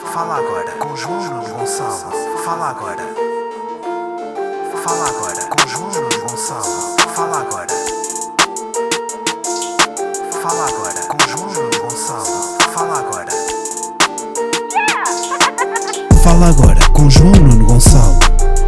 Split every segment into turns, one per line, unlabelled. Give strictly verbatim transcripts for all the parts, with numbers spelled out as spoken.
Fala agora com João Nuno Gonçalo. Fala agora. Fala agora com João Nuno Gonçalo. Fala agora. Fala agora com João Nuno Gonçalo. Fala agora. Fala agora com João Nuno Gonçalo.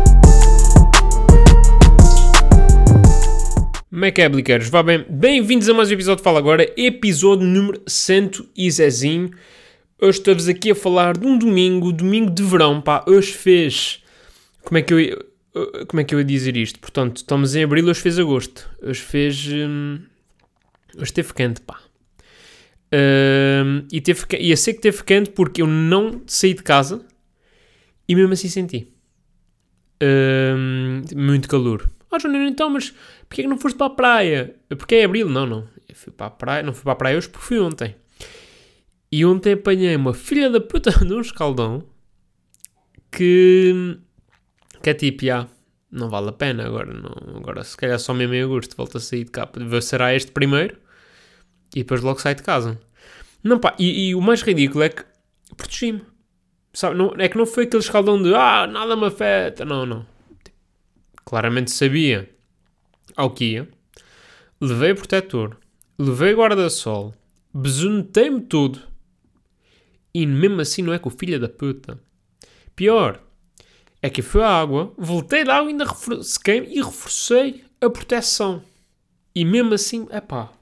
Como é que é, bliqueiros? Vá bem? Bem-vindos a mais um episódio de Fala Agora, episódio número cento e zezinho. Hoje estou-vos aqui a falar de um domingo, domingo de verão, pá. Hoje fez... Como é que eu ia, como é que eu ia dizer isto? Portanto, estamos em abril, hoje fez agosto. Hoje fez... Hum, hoje esteve quente, pá. Hum, e teve, ia ser que teve quente porque eu não saí de casa e mesmo assim senti. Hum, muito calor. Ah, João, então, mas porquê é que não foste para a praia? Porque é abril? Não, não. Eu fui para a praia, não fui para a praia hoje porque fui ontem. E ontem apanhei uma filha da puta de um escaldão que, que é tipo, já, não vale a pena agora. Não, agora, se calhar só mesmo em agosto volto a sair de cá. Será este primeiro e depois logo saio de casa. Não, pá, e, e o mais ridículo é que protegi-me. Sabe, não, é que não foi aquele escaldão de, ah, nada me afeta. Não, não. Claramente sabia ao que ia. Levei protetor. Levei guarda-sol. Besunetei-me tudo. E mesmo assim não é com o filho da puta. Pior é que foi a água, voltei da água e ainda refresquei e reforcei a proteção. E mesmo assim, epá.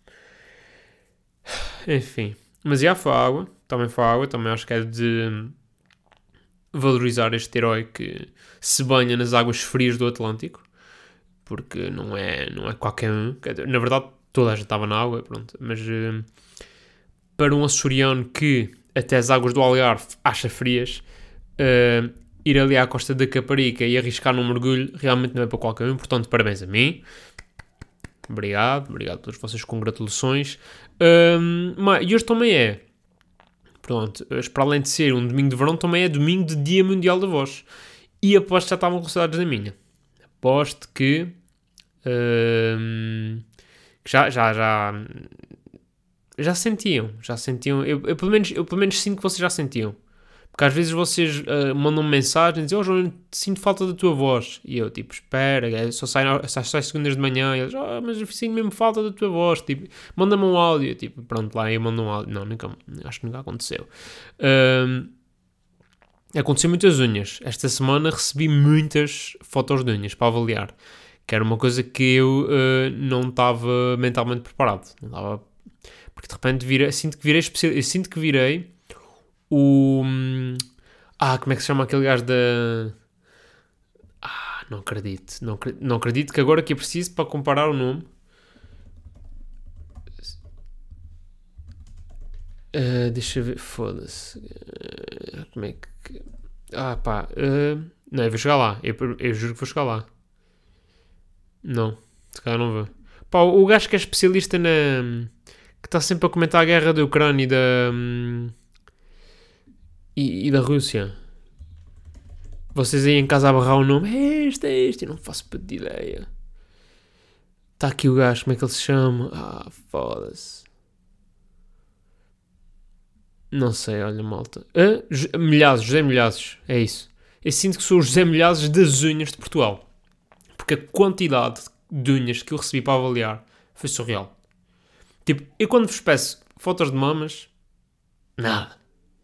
Enfim. Mas já foi a água. Também foi a água. Também acho que é de valorizar este herói que se banha nas águas frias do Atlântico. Porque não é, não é qualquer um. Na verdade, toda a gente estava na água, pronto. Mas uh, para um açoriano que até as águas do Algarve acha frias, uh, ir ali à costa da Caparica e arriscar num mergulho realmente não é para qualquer um. Portanto, parabéns a mim. Obrigado. Obrigado pelas vossas congratulações. Um, mas, e hoje também é. Pronto, hoje, para além de ser um domingo de verão, também é domingo de Dia Mundial da Voz. E aposto que já estavam com saudades da minha. Aposto que, um, que já, já, já, já sentiam, já sentiam, eu, eu, pelo menos, eu pelo menos sinto que vocês já sentiam, porque às vezes vocês uh, mandam mensagens e dizem, oh João, sinto falta da tua voz, e eu tipo, espera, só sai, só sai segundas de manhã, e eles, oh, mas eu sinto mesmo falta da tua voz, tipo, manda-me um áudio, tipo, pronto, lá eu mando um áudio, não, nunca, acho que nunca aconteceu. Um, Aconteceu muitas unhas. Esta semana recebi muitas fotos de unhas para avaliar. Que era uma coisa que eu uh, não estava mentalmente preparado. Não estava... Porque de repente virei, sinto que virei especial... Eu sinto que virei o... Ah, como é que se chama aquele gajo da... Ah, não acredito. Não, não acredito que agora que é preciso para comparar o nome... Uh, deixa eu ver... Foda-se... Uh, como é que... Ah, pá. Uh, não, eu vou chegar lá. Eu, eu juro que vou chegar lá. Não. Se calhar não vou. Pá, o gajo que é especialista na... Que está sempre a comentar a guerra da Ucrânia e da... Um, e, e da Rússia. Vocês aí em casa a barrar o nome. É este, é este. Eu não faço puta de ideia. Está aqui o gajo. Como é que ele se chama? Ah, foda-se. Não sei, olha, malta. Ah, Milhazes, José Milhazes, é isso. Eu sinto que sou o José Milhazes das unhas de Portugal. Porque a quantidade de unhas que eu recebi para avaliar foi surreal. Tipo, eu quando vos peço fotos de mamas, nada.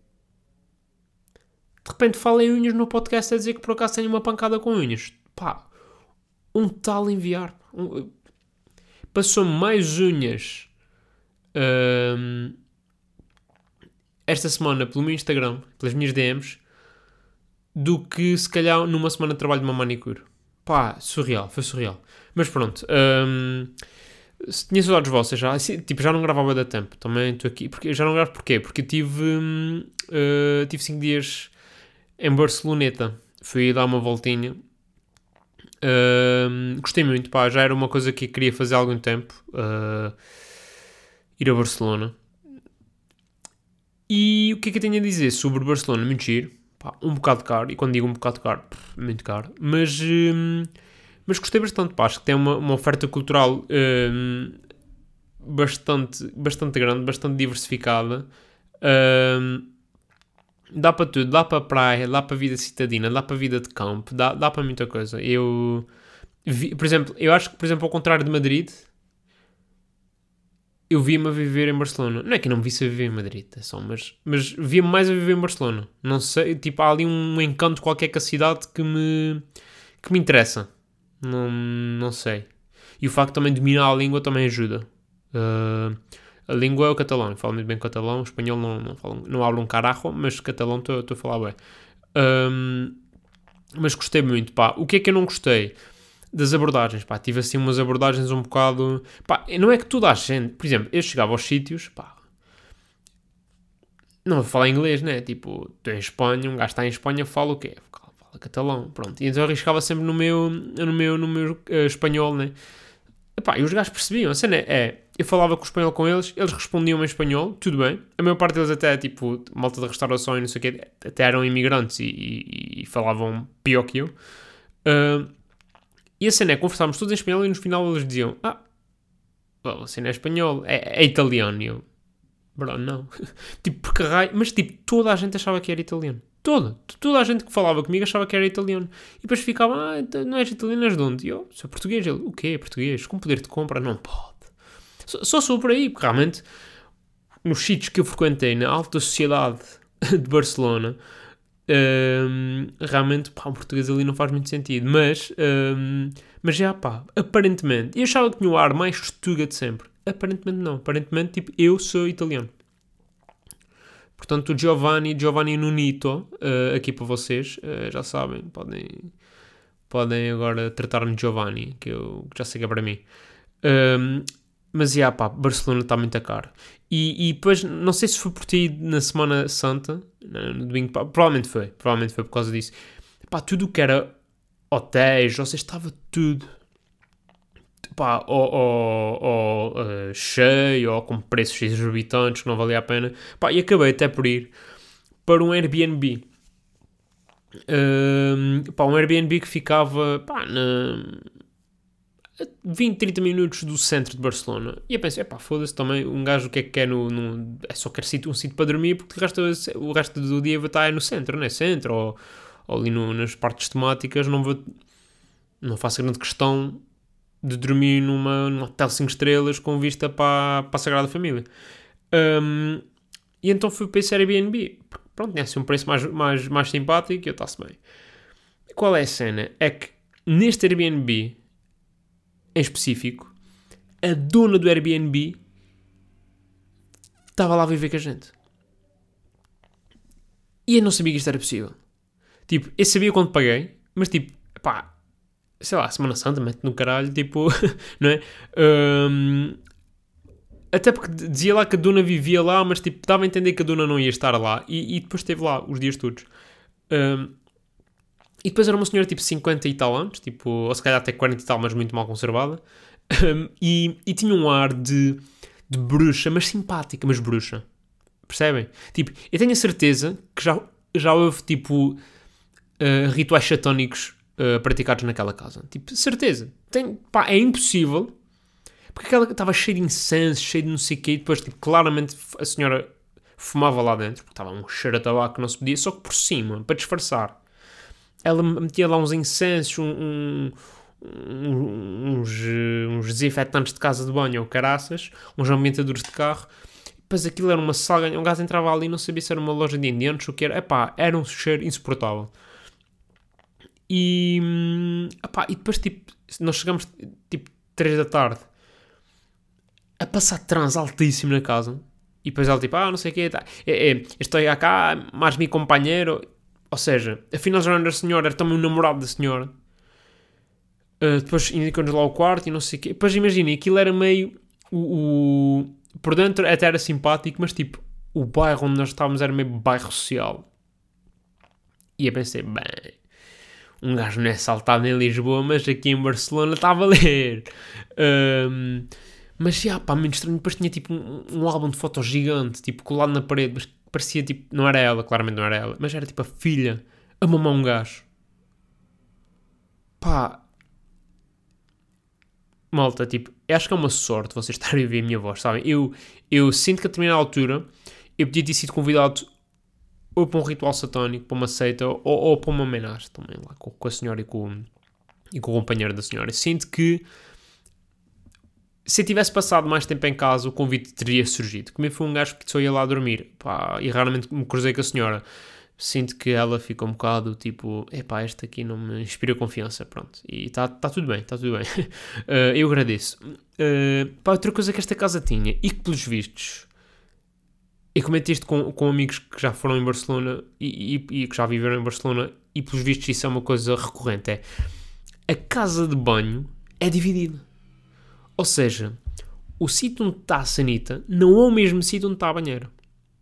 De repente falo em unhas no podcast a dizer que por acaso tenho uma pancada com unhas. Pá, um tal enviar. Um, passou-me mais unhas... Um, esta semana pelo meu Instagram, pelas minhas D Ms, do que se calhar numa semana de trabalho de uma manicure. Pá, surreal, foi surreal. Mas pronto, hum, tinha saudades vossas já, tipo, já não gravava da tempo, também estou aqui, porque já não gravo porquê? Porque eu tive, hum, uh, tive cinco dias em Barceloneta, fui dar uma voltinha, uh, gostei muito, pá, já era uma coisa que eu queria fazer há algum tempo, uh, ir a Barcelona. E o que é que eu tenho a dizer sobre Barcelona? Muito giro. Pá, um bocado caro. E quando digo um bocado caro, pff, muito caro. Mas, hum, mas gostei bastante. Pá, acho que tem uma, uma oferta cultural hum, bastante, bastante grande, bastante diversificada. Hum, Dá para tudo, dá para praia, dá para vida citadina, dá para vida de campo, dá, dá para muita coisa. Eu, vi, por exemplo, eu acho que, por exemplo, ao contrário de Madrid, eu via-me a viver em Barcelona. Não é que eu não me visse a viver em Madrid, é só, mas, mas via-me mais a viver em Barcelona. Não sei, tipo, há ali um encanto qualquer com a cidade que me, que me interessa. Não, não sei. E o facto de também dominar a língua também ajuda. Uh, a língua é o catalão. Eu falo muito bem catalão. O espanhol não, não, falo, não hablo um carajo, mas catalão estou a falar bem. Um, mas gostei muito, pá. O que é que eu não gostei? Das abordagens, pá. Tive assim umas abordagens um bocado... Pá, não é que toda a gente... Por exemplo, eu chegava aos sítios, pá... Não vou falar inglês, né? Tipo, estou em Espanha, um gajo está em Espanha, fala o quê? Fala catalão, pronto. E então eu arriscava sempre no meu, no meu, no meu uh, espanhol, né? Epá, e os gajos percebiam, a cena é, eu falava com o espanhol com eles, eles respondiam em espanhol, tudo bem. A maior parte deles até, tipo, malta de restauração e não sei o quê, até eram imigrantes e, e, e falavam pior que eu. Uh, e a cena é, conversávamos todos em espanhol e no final eles diziam, ah, well, a cena é espanhol, é, é italiano. E eu, bro, não. Tipo, porque raio, mas tipo, toda a gente achava que era italiano. Toda. Toda a gente que falava comigo achava que era italiano. E depois ficava, ah, não és italiano, és de onde? E eu, sou português. Ele, o quê? Português? Com poder de compra? Não pode. Só, só sou por aí, porque realmente, nos sítios que eu frequentei, na alta sociedade de Barcelona, hum, realmente, pá, o português ali não faz muito sentido. Mas, hum, mas já, pá, aparentemente, eu achava que tinha o ar mais tuga de sempre. Aparentemente não. Aparentemente, tipo, eu sou italiano. Portanto, o Giovanni, Giovanni Nunito, uh, aqui para vocês, uh, já sabem, podem, podem agora tratar-me de Giovanni, que eu já sei que é para mim. Um, mas, já, pá, Barcelona está muito caro. E, e depois, não sei se foi por ti na Semana Santa, no domingo, pá, provavelmente foi, provavelmente foi por causa disso. Pá, tudo o que era hotéis, ou seja, estava tudo... Pá, ou, ou, ou uh, cheio, ou com preços exorbitantes que não valia a pena. Pá, e acabei até por ir para um Airbnb. Uh, pá, um Airbnb que ficava, pá, na... a vinte, trinta minutos do centro de Barcelona. E eu pensei, pá, foda-se também, um gajo o que é que quer no... no é só quer um sítio para dormir, porque o resto, o resto do dia vai estar no centro, né? Centro, ou, ou ali no, nas partes temáticas, não vou... Não faço grande questão de dormir numa, num hotel cinco estrelas com vista para, para a Sagrada Família. Um, e então fui para esse Airbnb. Pronto, tinha assim um preço mais, mais, mais simpático e eu está-se bem. Qual é a cena? É que neste Airbnb, em específico, a dona do Airbnb estava lá a viver com a gente. E eu não sabia que isto era possível. Tipo, eu sabia quando paguei, mas tipo, pá, sei lá, Semana Santa, mete no caralho, tipo, não é? Um, até porque dizia lá que a dona vivia lá, mas tipo, dava a entender que a dona não ia estar lá. E, e depois esteve lá os dias todos. Um, e depois era uma senhora tipo cinquenta e tal anos, tipo, ou se calhar até quarenta e tal, mas muito mal conservada. Um, e, e tinha um ar de, de bruxa, mas simpática, mas bruxa. Percebem? Tipo, eu tenho a certeza que já, já houve tipo uh, rituais satónicos Uh, praticados naquela casa. Tipo, certeza. Tem, pá, é impossível. Porque aquela estava cheia de incenso, cheia de não sei o quê. E depois, tipo, claramente a senhora fumava lá dentro. Porque estava um cheiro a tabaco que não se podia. Só que por cima, para disfarçar. Ela metia lá uns incensos, um, um, uns, uns desinfetantes de casa de banho ou caraças. Uns ambientadores de carro. E depois aquilo era uma sala. Um gajo entrava ali e não sabia se era uma loja de indianos ou o que era. Epá, era um cheiro insuportável. E, opá, e depois, tipo, nós chegamos, tipo, três da tarde a passar trans altíssimo na casa. E depois ela, tipo, ah, não sei o quê, tá. É, é, estou cá, mais meu companheiro. Ou seja, afinal já não era a senhora, era também o namorado da senhora. Uh, depois indicou-nos lá o quarto e não sei o quê. Depois imaginem, aquilo era meio... O, o, por dentro até era simpático, mas, tipo, o bairro onde nós estávamos era meio bairro social. E eu pensei, bem... Um gajo não é saltado em Lisboa, mas aqui em Barcelona está a valer. Um, mas, já, pá, muito estranho. Depois tinha, tipo, um, um álbum de fotos gigante, tipo, colado na parede. Mas parecia, tipo, não era ela, claramente não era ela. Mas era, tipo, a filha a mamar um gajo. Pá. Malta, tipo, acho que é uma sorte vocês estarem a ouvir a minha voz, sabem? Eu, eu sinto que a determinada altura eu podia ter sido convidado ou para um ritual satónico, para uma seita, ou, ou para uma homenagem também, lá com, com a senhora e com, e com o companheiro da senhora. Sinto que se eu tivesse passado mais tempo em casa, o convite teria surgido. Comigo foi um gajo que só ia lá dormir, pá, e raramente me cruzei com a senhora. Sinto que ela fica um bocado tipo, epá, este aqui não me inspira confiança, pronto. E está tá tudo bem, está tudo bem. uh, eu agradeço. Uh, pá, outra coisa que esta casa tinha, e que pelos vistos, eu comentei isto com, com amigos que já foram em Barcelona e, e, e que já viveram em Barcelona, e pelos vistos isso é uma coisa recorrente, é a casa de banho é dividida. Ou seja, o sítio onde está a sanita não é o mesmo sítio onde está a banheira.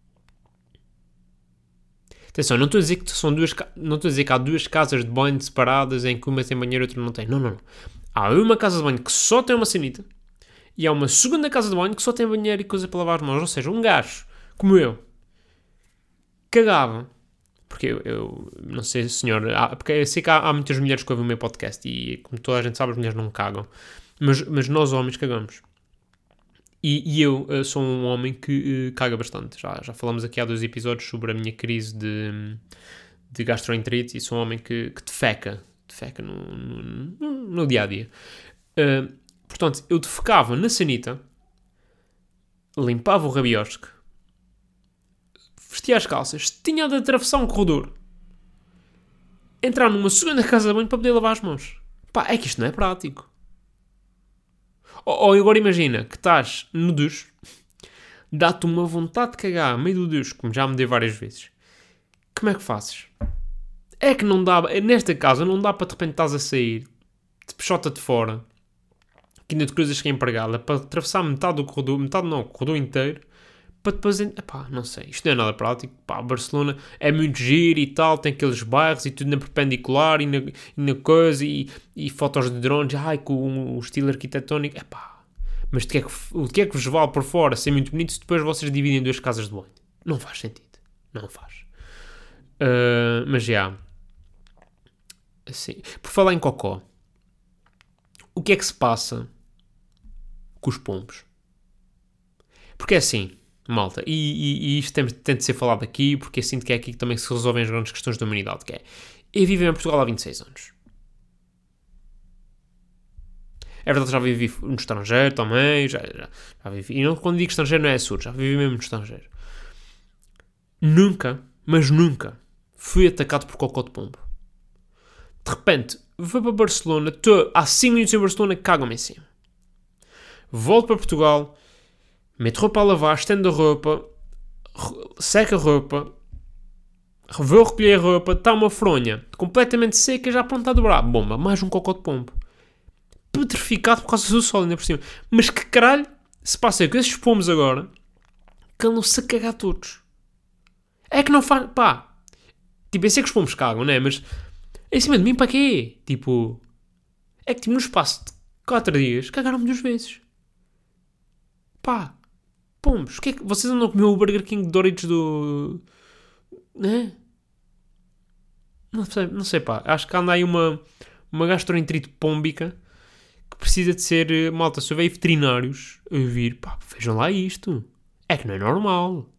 Atenção, não estou a dizer que são duas, não estou a dizer que há duas casas de banho separadas em que uma tem banheiro e outra não tem. Não, não, não. Há uma casa de banho que só tem uma sanita e há uma segunda casa de banho que só tem banheiro e coisa para lavar as mãos. Ou seja, um gajo, como eu, cagava. Porque eu, eu não sei, senhor, há, porque eu sei que há, há muitas mulheres que ouvem o meu podcast e, como toda a gente sabe, as mulheres não cagam. Mas, mas nós homens cagamos. E, e eu uh, sou um homem que uh, caga bastante. Já, já falamos aqui há dois episódios sobre a minha crise de, de gastroenterite e sou um homem que, que defeca. Defeca no, no, no dia-a-dia. Uh, portanto, eu defecava na sanita, limpava o rabiosque, vestia as calças, tinha de atravessar um corredor, entrar numa segunda casa de banho para poder lavar as mãos. Pá, é que isto não é prático. Ou, ou agora imagina que estás no duche, dá-te uma vontade de cagar a meio do duche, como já me dei várias vezes. Como é que fazes? É que não dá, nesta casa não dá para de repente estás a sair, de peixota de fora, que ainda de coisas que é empregada, para atravessar metade do corredor, metade não, o corredor inteiro, para depois, epá, não sei, isto não é nada prático. Pá, Barcelona é muito giro e tal, tem aqueles bairros e tudo na perpendicular e na, e na coisa, e, e fotos de drones, ai, com o estilo arquitetónico, epá, mas o que, é que, o que é que vos vale por fora ser muito bonito se depois vocês dividem duas casas de banho? Não faz sentido, não faz. Uh, mas já, assim, por falar em cocó, o que é que se passa com os pombos? Porque é assim, malta, e, e, e isto tem, tem de ser falado aqui, porque eu sinto que é aqui que também se resolvem as grandes questões da humanidade, que é, eu vivo em Portugal há vinte e seis anos. É verdade, já vivi no estrangeiro também, já, já, já vivi, e não, quando digo estrangeiro não é sul, já vivi mesmo no estrangeiro. Nunca, mas nunca, fui atacado por cocó de pombo. De repente, vou para Barcelona, estou há cinco minutos em Barcelona, cagam-me em cima. Volto para Portugal, meto roupa a lavar, estendo a roupa, seca a roupa, vou recolher a roupa, está uma fronha completamente seca, já pronta a dobrar. Bomba, mais um cocó de pombo. Petrificado por causa do sol ainda por cima. Mas que caralho se passa com esses pombos agora que andam-se a cagar todos? É que não faz... Pá, tipo, eu sei que os pombos cagam, né? Mas em cima de mim para quê? Tipo, é que tipo, no espaço de quatro dias cagaram-me duas vezes. Pá, pombos, que é que vocês andam a comer o Burger King de Doritos do... Né? Não sei, não sei, pá. Acho que anda aí uma, uma gastroenterite pómbica que precisa de ser... Malta, se houver veterinários a vir, pá, vejam lá isto. É que não é normal.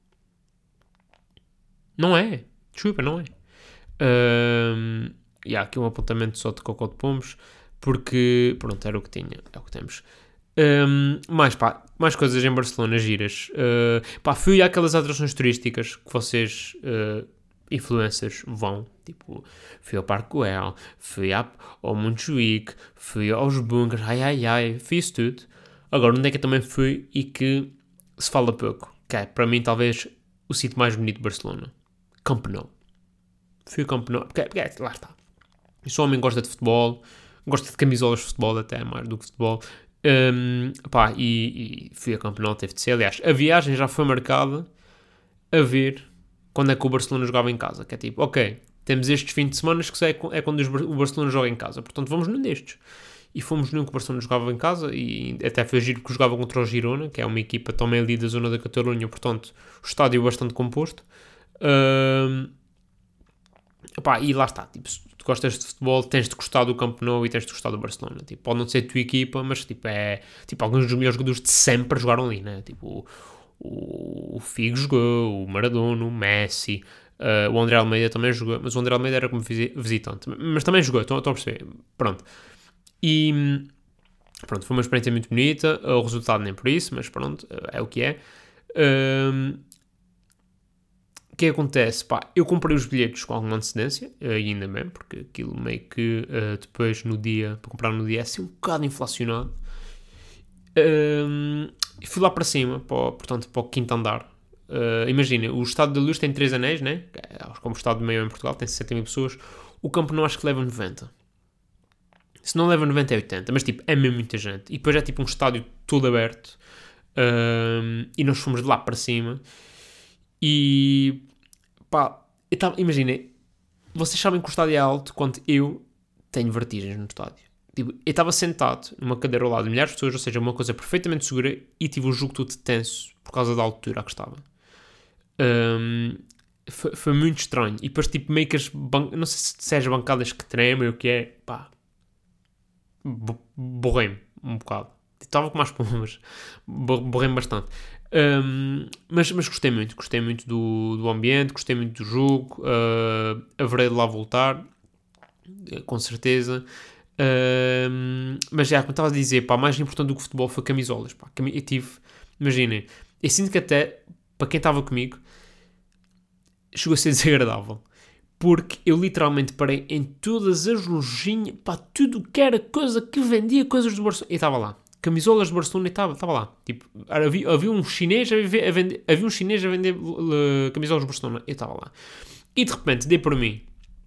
Não é. Desculpa, não é. Um, e há aqui um apontamento só de cocó de pombos, porque, pronto, era o que tinha. É o que temos. Um, mais, pá, mais coisas em Barcelona, giras. Uh, pá, fui àquelas atrações turísticas que vocês, uh, influencers, vão. Tipo, fui ao Parque Güell, fui ao Montjuic, fui aos bunkers, ai, ai, ai, fiz tudo. Agora, onde é que eu também fui e que se fala pouco? Que é, para mim, talvez, o sítio mais bonito de Barcelona. Camp Nou. Fui ao Camp Nou, porque, porque é, lá está. Eu sou um homem que gosta de futebol, gosta de camisolas de futebol até mais do que futebol. Um, pá, e, e fui a Camp Nou, teve de ser. Aliás, a viagem já foi marcada a ver quando é que o Barcelona jogava em casa. Que é tipo, ok, temos estes fins de semana que é, é quando o Barcelona joga em casa, portanto vamos num destes. E fomos num que o Barcelona jogava em casa, e até foi giro que jogava contra o Girona, que é uma equipa também ali da zona da Catalunha, portanto o estádio bastante composto. Um, pá, e lá está, tipo, se tu gostas de futebol, tens de gostar do Camp Nou e tens de gostar do Barcelona. Tipo, pode não ser a tua equipa, mas tipo, é, tipo, alguns dos melhores jogadores de sempre jogaram ali, né? Tipo, o, o Figo jogou, o Maradona, o Messi, Uh, o André Almeida também jogou, mas o André Almeida era como visitante, mas também jogou, estão, estão a perceber, pronto. E pronto, foi uma experiência muito bonita, o resultado nem por isso, mas pronto, é o que é. Um, o que acontece? Pá, eu comprei os bilhetes com alguma antecedência, e ainda bem, porque aquilo meio que uh, depois no dia, para comprar no dia, é assim um bocado inflacionado. Um, e fui lá para cima, para o, portanto, para o quinto andar. Uh, Imagina, o Estádio da Luz tem três anéis, né? Como o Estádio maior em Portugal, tem sessenta mil pessoas. O Camp Nou acho que leva noventa. Se não leva noventa é oitenta, mas tipo, é mesmo muita gente. E depois é tipo um estádio todo aberto. Um, e nós fomos de lá para cima. E pá, imagina, vocês sabem que o estádio é alto quando eu tenho vertigens no estádio. Tipo, eu estava sentado numa cadeira ao lado de milhares de pessoas, ou seja, uma coisa perfeitamente segura, e tive o jogo todo tenso por causa da altura que estava. Um, foi, foi muito estranho. E depois, tipo, meio que as ban- não sei se é as bancadas que tremem ou o que é, pá, borrei-me um bocado. Estava com mais plumas, borrei-me bastante. Um, mas, mas gostei muito, gostei muito do, do ambiente, gostei muito do jogo. Uh, haverei de lá voltar, com certeza. Uh, mas já, como estava a dizer, pá, mais importante do que o futebol foi camisolas. Pá. Eu tive, imaginem, eu sinto que até, para quem estava comigo, chegou a ser desagradável. Porque eu literalmente parei em todas as lojinhas, pá, tudo que era coisa que vendia coisas do Barcelona. E estava lá. Camisolas de Barcelona e estava, estava lá. Tipo, havia, havia um chinês a, a vender, havia um chinês a vender uh, camisolas de Barcelona. Eu estava lá. E de repente dei por mim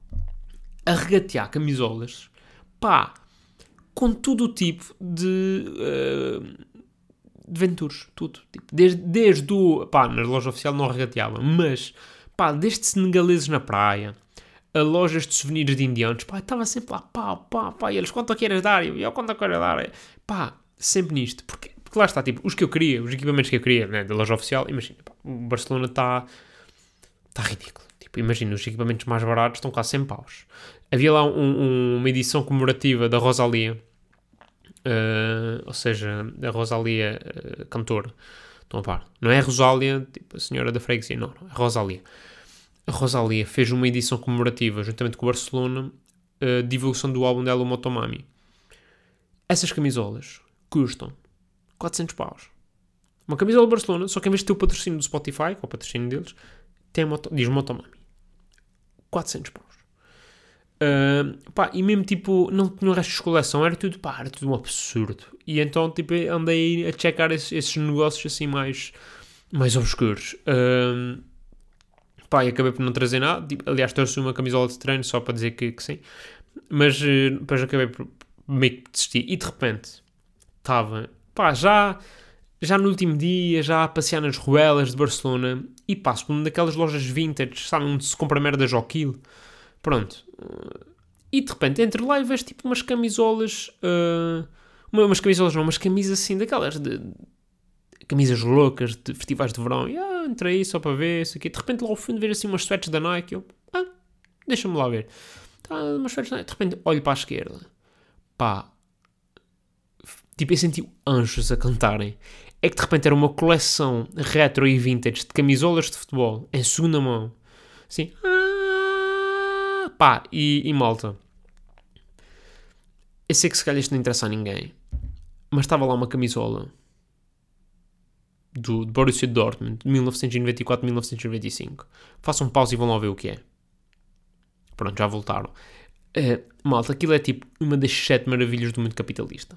a regatear camisolas, pá, com todo o tipo de, uh, de venturos, tudo. Tipo, desde, desde o, pá, na loja oficial não regateava, mas, pá, desde senegaleses na praia, a lojas de souvenirs de indianos, pá, estava sempre lá, pá, pá, pá, e eles, quanto é que queres dar? E eu, quanto é que queres dar? Pá, sempre nisto, porque, porque lá está, tipo, os que eu queria, os equipamentos que eu queria, né, da loja oficial, imagina, pá, o Barcelona está, está ridículo. Tipo, imagina, os equipamentos mais baratos estão quase cem paus. Havia lá um, um, uma edição comemorativa da Rosalía, uh, ou seja, da Rosalía uh, cantora. Estão a par? Não é a Rosália, tipo a senhora da freguesia, não, não, é a Rosalía. A Rosalía fez uma edição comemorativa, juntamente com o Barcelona, uh, divulgação do álbum dela, o Motomami. Essas camisolas custam quatrocentos paus. Uma camisola do Barcelona, só que em vez de ter o patrocínio do Spotify, que é o patrocínio deles, tem moto, diz Motomami. quatrocentos paus. Uh, pá, e mesmo tipo, não tinha o resto de coleção, era tudo, pá, era tudo um absurdo. E então, tipo, andei a checar esses, esses negócios assim mais, mais obscuros. Uh, pá, e acabei por não trazer nada. Tipo, aliás, trouxe uma camisola de treino só para dizer que, que sim. Mas uh, depois acabei por meio que desistir. E de repente, estava, pá, já, já no último dia, já a passear nas ruelas de Barcelona. E passo por uma daquelas lojas vintage, sabe, onde se compra merdas ao quilo. Pronto. E de repente entro lá e vejo tipo umas camisolas. Uh, umas camisolas não, umas camisas assim daquelas de, de camisas loucas de festivais de verão. E ah, entrei só para ver isso aqui. De repente lá ao fundo vejo assim umas sweats da Nike. Eu, ah, deixa-me lá ver. Tá, umas sweats da Nike. De repente olho para a esquerda. Pá. Tipo, eu senti anjos a cantarem. É que de repente era uma coleção retro e vintage de camisolas de futebol em segunda mão. Assim, ah, pá, e, e malta. Eu sei que se calhar isto não interessa a ninguém, mas estava lá uma camisola do, do Borussia Dortmund de mil novecentos e noventa e quatro a mil novecentos e noventa e cinco. Façam um pause e vão lá ver o que é. Pronto, já voltaram. Uh, malta, aquilo é tipo uma das sete maravilhas do mundo capitalista.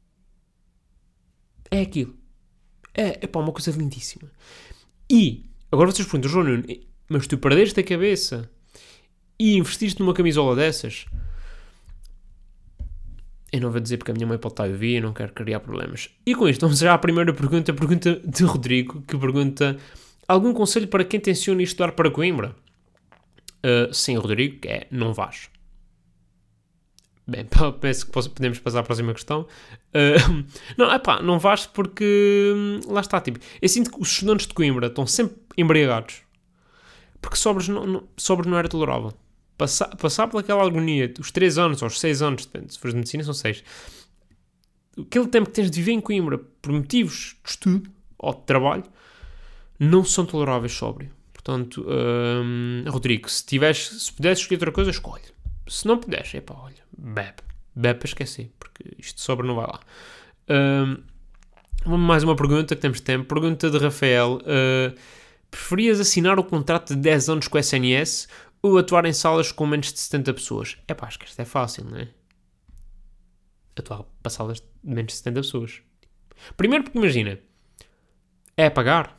É aquilo. É, é pá, uma coisa lindíssima. E, agora vocês perguntam, João Nuno, mas tu perdeste a cabeça e investiste numa camisola dessas? Eu não vou dizer porque a minha mãe pode estar a ouvir e não quero criar problemas. E com isto, vamos já à primeira pergunta, a pergunta de Rodrigo, que pergunta: algum conselho para quem tenciona estudar para Coimbra? Uh, sim, Rodrigo, que é, não vás. Bem, penso que podemos passar à próxima questão. Uh, não, epá, não vais porque, lá está, tipo, eu sinto que os estudantes de Coimbra estão sempre embriagados. Porque sobres não, não, sobres não era tolerável. Passar, passar por aquela agonia, os três anos ou os seis anos, depende, se fores de medicina são seis. Aquele tempo que tens de viver em Coimbra por motivos de estudo ou de trabalho, não são toleráveis sóbrio. Portanto, hum, Rodrigo, se, tivesse, se pudesse escolher outra coisa, escolhe. Se não puderes, epá, olha, bebe. Bebe para esquecer, porque isto sobra não vai lá. Hum, mais uma pergunta que temos tempo. Pergunta de Rafael. Uh, preferias assinar o contrato de dez anos com o S N S ou atuar em salas com menos de setenta pessoas? Epá, acho que isto é fácil, não é? Atuar para salas de menos de setenta pessoas. Primeiro porque imagina, é a pagar.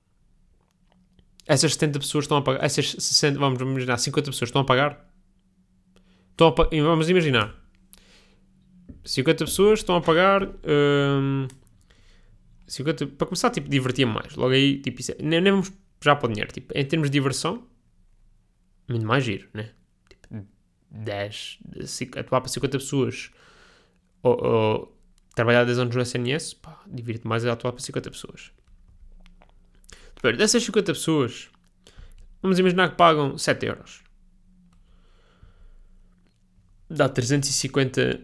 Essas setenta pessoas estão a pagar. Essas sessenta, vamos imaginar, cinquenta pessoas estão a pagar. Estão a pa- vamos imaginar. cinquenta pessoas estão a pagar. Hum, cinquenta, para começar, tipo, divertia-me mais. Logo aí, tipo, isso é, nem, nem vamos já para o dinheiro. Tipo, em termos de diversão, muito mais giro, né? Tipo, dez, atuar para cinquenta pessoas ou, ou trabalhar dez anos no S N S, pá, divirto mais a atuar para cinquenta pessoas. Depois, dessas cinquenta pessoas, vamos imaginar que pagam sete euros. Dá trezentos e cinquenta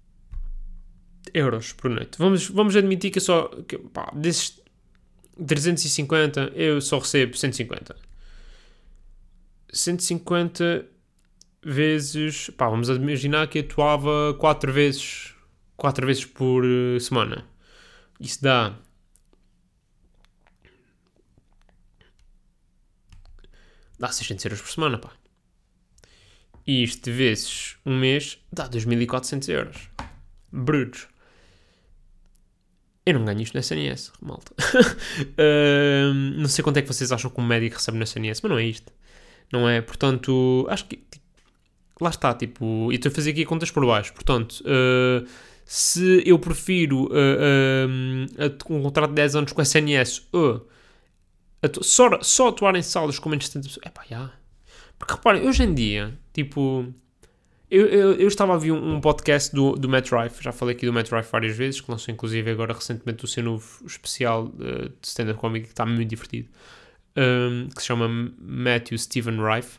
euros por noite. Vamos, vamos admitir que eu só, que, pá, desses trezentos e cinquenta, eu só recebo cento e cinquenta. cento e cinquenta vezes, pá, vamos imaginar que eu atuava quatro vezes, quatro vezes por semana. Isso dá dá seiscentos euros por semana, pá. E isto vezes um mês dá dois mil e quatrocentos euros. Brutos. Eu não ganho isto no S N S, malta. uh, não sei quanto é que vocês acham que um médico recebe no S N S, mas não é isto. Não é? Portanto, acho que... Tipo, lá está, tipo... E estou a fazer aqui contas por baixo. Portanto, uh, se eu prefiro uh, uh, um contrato de dez anos com o S N S... Uh, atu- só, só atuar em salas com menos de setenta pessoas... É pá, já... Porque reparem, hoje em dia, tipo... Eu, eu, eu estava a ouvir um, um podcast do, do Matt Rife, já falei aqui do Matt Rife várias vezes, que lançou inclusive agora recentemente o seu novo especial uh, de stand-up comedy, que está muito divertido, um, que se chama Matthew Stephen Rife.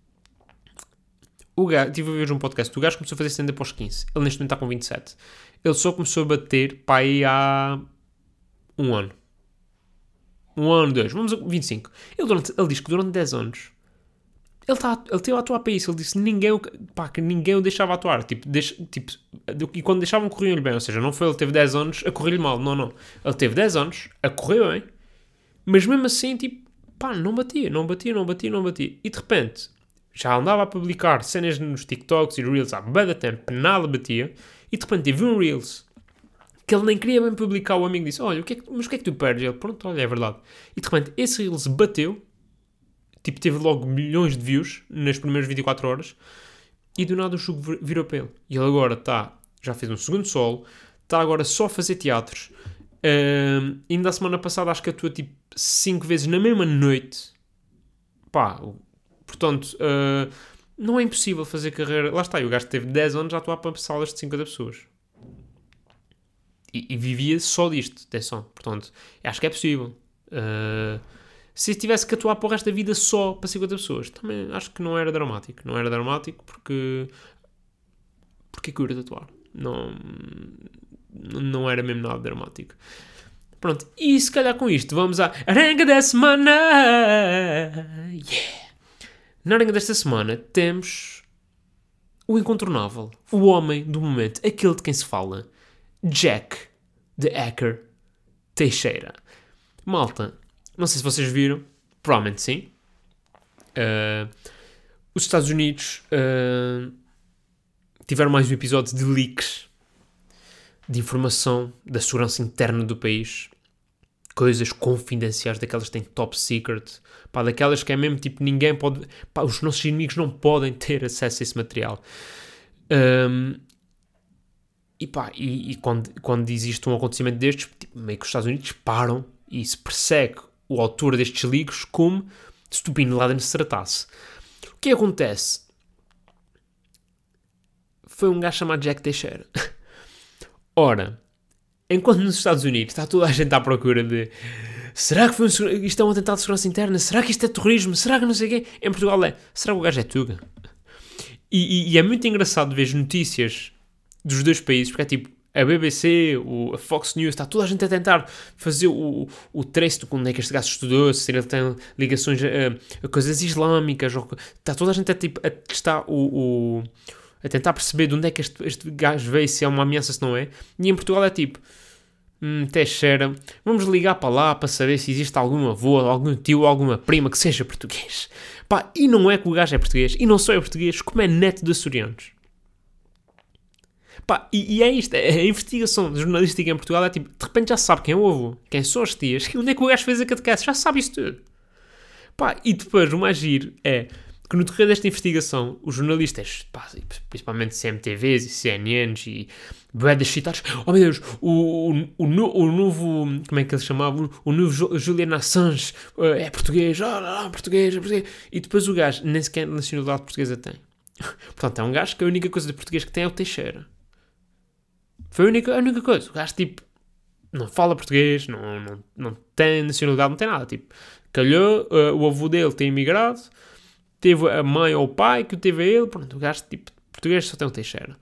O gajo, tive a ver um podcast, o gajo começou a fazer stand-up aos quinze, ele neste momento está com vinte e sete. Ele só começou a bater para aí há um ano. Um ano, dois, vamos a vinte e cinco. Ele, durante, ele diz que durante dez anos Ele, tá, ele teve a atuar para isso. Ele disse ninguém, pá, que ninguém o deixava atuar. Tipo, deixa, tipo, e quando deixavam, corriam-lhe bem. Ou seja, não foi ele teve dez anos a correr-lhe mal. Não, não. Ele teve dez anos a correr bem. Mas mesmo assim, tipo, pá, não batia, não batia, não batia, não batia. E de repente, já andava a publicar cenas nos TikToks e Reels há bué de tempo, nada batia. E de repente teve um Reels que ele nem queria bem publicar. O amigo disse, olha, o que é que, mas o que é que tu perdes? Ele, pronto, olha, é verdade. E de repente, esse Reels bateu. Tipo, teve logo milhões de views nas primeiras vinte e quatro horas e do nada o jogo virou para ele. E ele agora está, já fez um segundo solo, está agora só a fazer teatros. Uh, ainda a semana passada acho que atua tipo cinco vezes na mesma noite. Pá, portanto, uh, não é impossível fazer carreira. Lá está, o gajo teve dez anos a atuar para salas de cinquenta pessoas. E, e vivia só disto, atenção. Portanto, acho que é possível. Uh, Se tivesse que atuar para o resto da vida só para cinquenta pessoas, também acho que não era dramático. Não era dramático porque... Porque é cura de atuar. Não, não era mesmo nada dramático. Pronto, e se calhar com isto vamos à arenga da semana. Yeah! Na arenga desta semana temos o incontornável, o homem do momento, aquele de quem se fala, Jack the Hacker Teixeira. Malta, não sei se vocês viram, provavelmente sim. Uh, os Estados Unidos uh, tiveram mais um episódio de leaks de informação da segurança interna do país. Coisas confidenciais, daquelas que têm top secret. Pá, daquelas que é mesmo tipo, ninguém pode... Pá, os nossos inimigos não podem ter acesso a esse material. Um, e pá, e, e quando, quando existe um acontecimento destes, tipo, meio que os Estados Unidos param e se persegue o autor destes leaks como se o Bin Laden se tratasse. O que acontece? Foi um gajo chamado Jack Teixeira. Ora, enquanto nos Estados Unidos está toda a gente à procura de será que foi um, isto é um atentado de segurança interna? Será que isto é terrorismo? Será que não sei o quê? Em Portugal é, será que o gajo é Tuga? E, e, e é muito engraçado ver as notícias dos dois países, porque é tipo, a B B C, o, a Fox News, está toda a gente a tentar fazer o, o trace de onde é que este gajo estudou, se ele tem ligações a, a coisas islâmicas, ou, está toda a gente a, tipo, a testar o, o... a tentar perceber de onde é que este, este gajo veio, se é uma ameaça, se não é. E em Portugal é tipo, hum, Teixeira, vamos ligar para lá para saber se existe algum avô, algum tio, alguma prima que seja português. Pá, e não é que o gajo é português, e não só é português, como é neto de açorianos. Pá, e, e é isto, a investigação jornalística em Portugal é tipo, de repente já sabe quem é o avô, quem são as tias, onde é que o gajo fez a catequese, já sabe isso tudo. Pá, e depois o mais giro é que no decorrer desta investigação, os jornalistas, pá, principalmente C M T Vs e C N Ns e boedas citadas, oh meu Deus, o, o, o, o novo, como é que eles chamavam? O novo Julian Assange é português, ah, não, não, português, é português. E depois o gajo nem sequer nacionalidade portuguesa tem. Portanto, é um gajo que a única coisa de português que tem é o Teixeira. Foi a única, a única coisa. O gajo, tipo, não fala português, não, não, não tem nacionalidade, não tem nada. Tipo, calhou, uh, o avô dele tem imigrado, teve a mãe ou o pai que o teve a ele, pronto, o gajo, tipo, português só tem o Teixeira.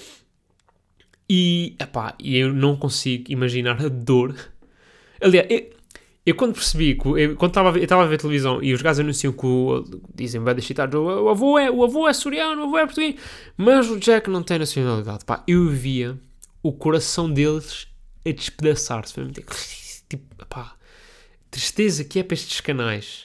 E, epá, eu não consigo imaginar a dor. Aliás, eu, eu quando percebi, que, eu, quando estava a ver, eu estava a ver televisão e os gajos anunciam que o, dizem, vai deixar de o, o avô é, o avô é açoriano, o avô é português, mas o Jack não tem nacionalidade. Pá, eu via o coração deles a despedaçar-se. Tipo, pá, tristeza que é para estes canais.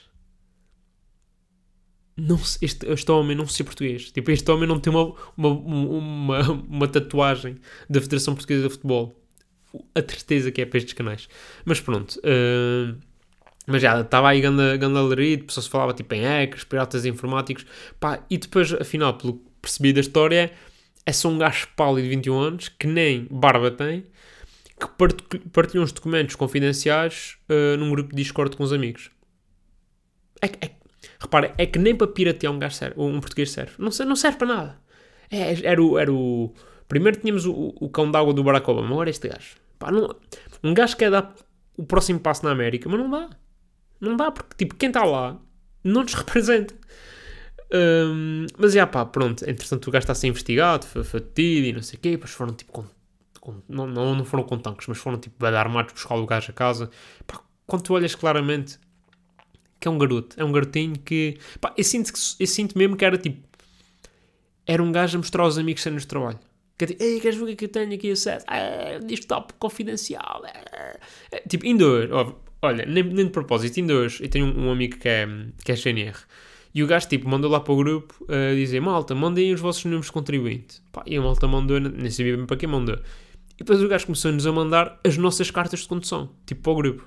Não, este, este homem não ser português. Tipo, este homem não tem uma, uma, uma, uma tatuagem da Federação Portuguesa de Futebol. A tristeza que é para estes canais. Mas pronto. Uh, mas já, estava aí ganda, ganda alarido, só se falava tipo em hackers, piratas informáticos. Pá, e depois, afinal, pelo que percebi da história, é só um gajo pálido de vinte e um anos, que nem barba tem, que partilhou uns documentos confidenciais uh, num grupo de Discord com os amigos. É que... É, repara, é que nem para piratear um gajo serve, um português serve. Não, não serve para nada. É, era, o, era o... Primeiro tínhamos o, o cão d'água do Barack Obama, agora este gajo. Pá, não, um gajo quer dar o próximo passo na América, mas não dá. Não dá, porque tipo, quem está lá não nos representa. Um, mas já pá, pronto. Entretanto o gajo está a ser investigado, foi, foi detido e não sei o quê. Depois foram tipo com... com não, não, não foram com tanques, mas foram tipo a armados buscar o gajo a casa. Pá, quando tu olhas claramente... que é um garoto, é um garotinho que, pá, eu sinto, que, eu sinto mesmo que era tipo, era um gajo a mostrar aos amigos cenas de trabalho, que é tipo, ei, queres ver o que é que eu tenho aqui acesso, ah, diz top confidencial, ah. É, tipo, ainda hoje, ó, olha, nem, nem de propósito, ainda hoje, eu tenho um, um amigo que é, que é G N R, e o gajo tipo, mandou lá para o grupo, uh, dizer, malta, mandem os vossos números de contribuinte, pá, e a malta mandou, nem sabia bem para quem mandou, e depois o gajo começou-nos a mandar as nossas cartas de condução, tipo, para o grupo.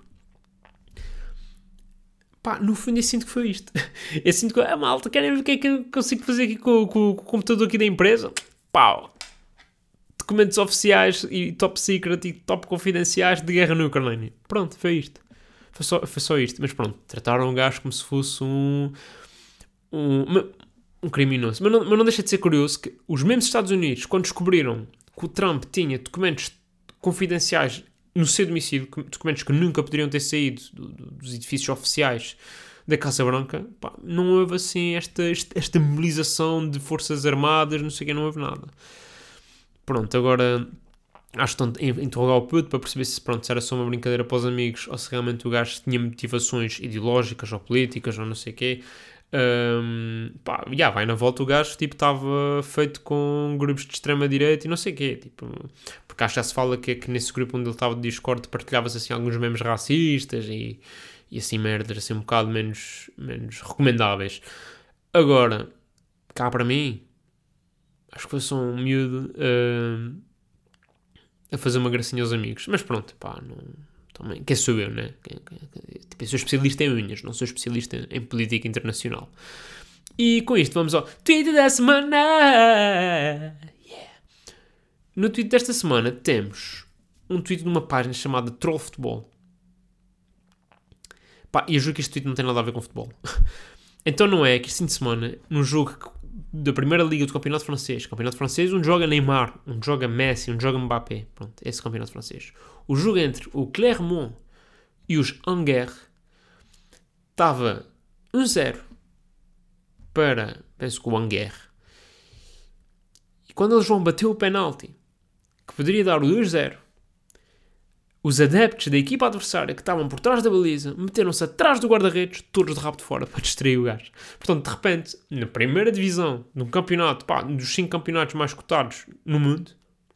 Pá, no fundo eu sinto que foi isto. Eu sinto que, ah, malta, querem ver o que é que eu consigo fazer aqui com, com, com o computador aqui da empresa? Pau! Documentos oficiais e top secret e top confidenciais de guerra na Ucrânia. Pronto, foi isto. Foi só, foi só isto. Mas pronto, trataram o gajo como se fosse um... Um, um criminoso. Mas não, mas não deixa de ser curioso que os mesmos Estados Unidos, quando descobriram que o Trump tinha documentos confidenciais no seu domicílio, documentos que nunca poderiam ter saído do, do, dos edifícios oficiais da Casa Branca, pá, não houve assim esta, esta mobilização de forças armadas, não sei o que, não houve nada. Pronto, agora acho que estão a interrogar o puto para perceber se, pronto, se era só uma brincadeira para os amigos ou se realmente o gajo tinha motivações ideológicas ou políticas ou não sei o quê. Um, pá, já, vai na volta o gajo tipo estava feito com grupos de extrema-direita e não sei o quê, tipo, porque acho que já se fala que, que nesse grupo onde ele estava de Discord partilhava-se assim alguns memes racistas e, e assim merdas assim um bocado menos, menos recomendáveis. Agora, cá para mim acho que foi só um miúdo uh, a fazer uma gracinha aos amigos, mas pronto, pá, não... Também, quem sou eu, né? Tipo, eu sou especialista em unhas, não sou especialista em, em política internacional. E com isto vamos ao tweet da semana. Yeah. No tweet desta semana temos um tweet de uma página chamada Troll Futebol. Pá, e eu juro que este tweet não tem nada a ver com futebol. Então não é que este fim de semana, num jogo da primeira liga do campeonato francês, campeonato francês, um joga Neymar, um joga Messi, um joga Mbappé, pronto, esse campeonato francês. O jogo entre o Clermont e os Angers estava um zero para, penso que o Angers. E quando eles vão bater o penalti, que poderia dar o dois zero. Os adeptos da equipa adversária que estavam por trás da baliza meteram-se atrás do guarda-redes, todos de rabo de fora, para distrair o gajo. Portanto, de repente, na primeira divisão, num campeonato, pá, um dos cinco campeonatos mais cotados no mundo,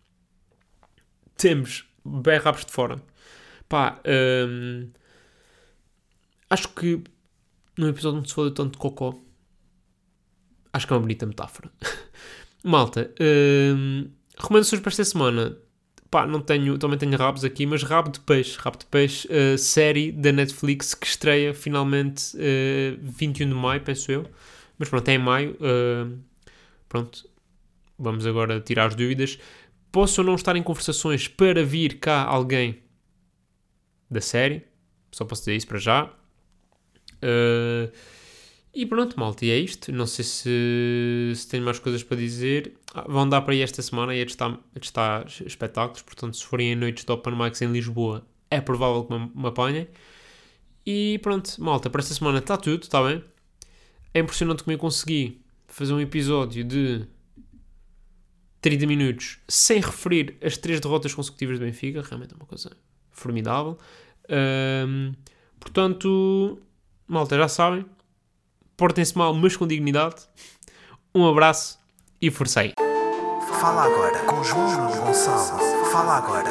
temos bem rabos de fora. Pá, hum, acho que num episódio onde se falou tanto de cocó, acho que é uma bonita metáfora. Malta, hum, recomendações para esta semana. Pá, não tenho, também tenho rabos aqui, mas Rabo de Peixe, Rabo de Peixe, uh, série da Netflix que estreia finalmente uh, vinte e um de maio, penso eu. Mas pronto, é em maio. Uh, pronto, vamos agora tirar as dúvidas. Posso ou não estar em conversações para vir cá alguém da série? Só posso dizer isso para já. Uh, e pronto, malta, e é isto. Não sei se, se tenho mais coisas para dizer. Ah, vão dar para aí esta semana e é de estar, é de estar espetáculos. Portanto, se forem em noites de Open Mics em Lisboa, é provável que me, me apanhem. E pronto, malta, para esta semana está tudo, está bem? É impressionante como eu consegui fazer um episódio de trinta minutos sem referir as três derrotas consecutivas do Benfica. Realmente é uma coisa formidável. Um, portanto, malta, já sabem. Portem-se mal, mas com dignidade. Um abraço e forcei.
Fala agora com João Nuno Gonçalo. Fala agora.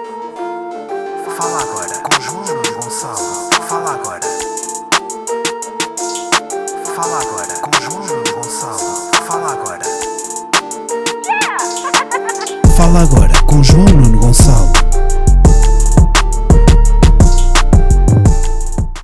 Fala agora com João Nuno Gonçalo. Fala agora. Fala agora com João Nuno Gonçalo. Fala agora. Fala agora com João Nuno Gonçalo.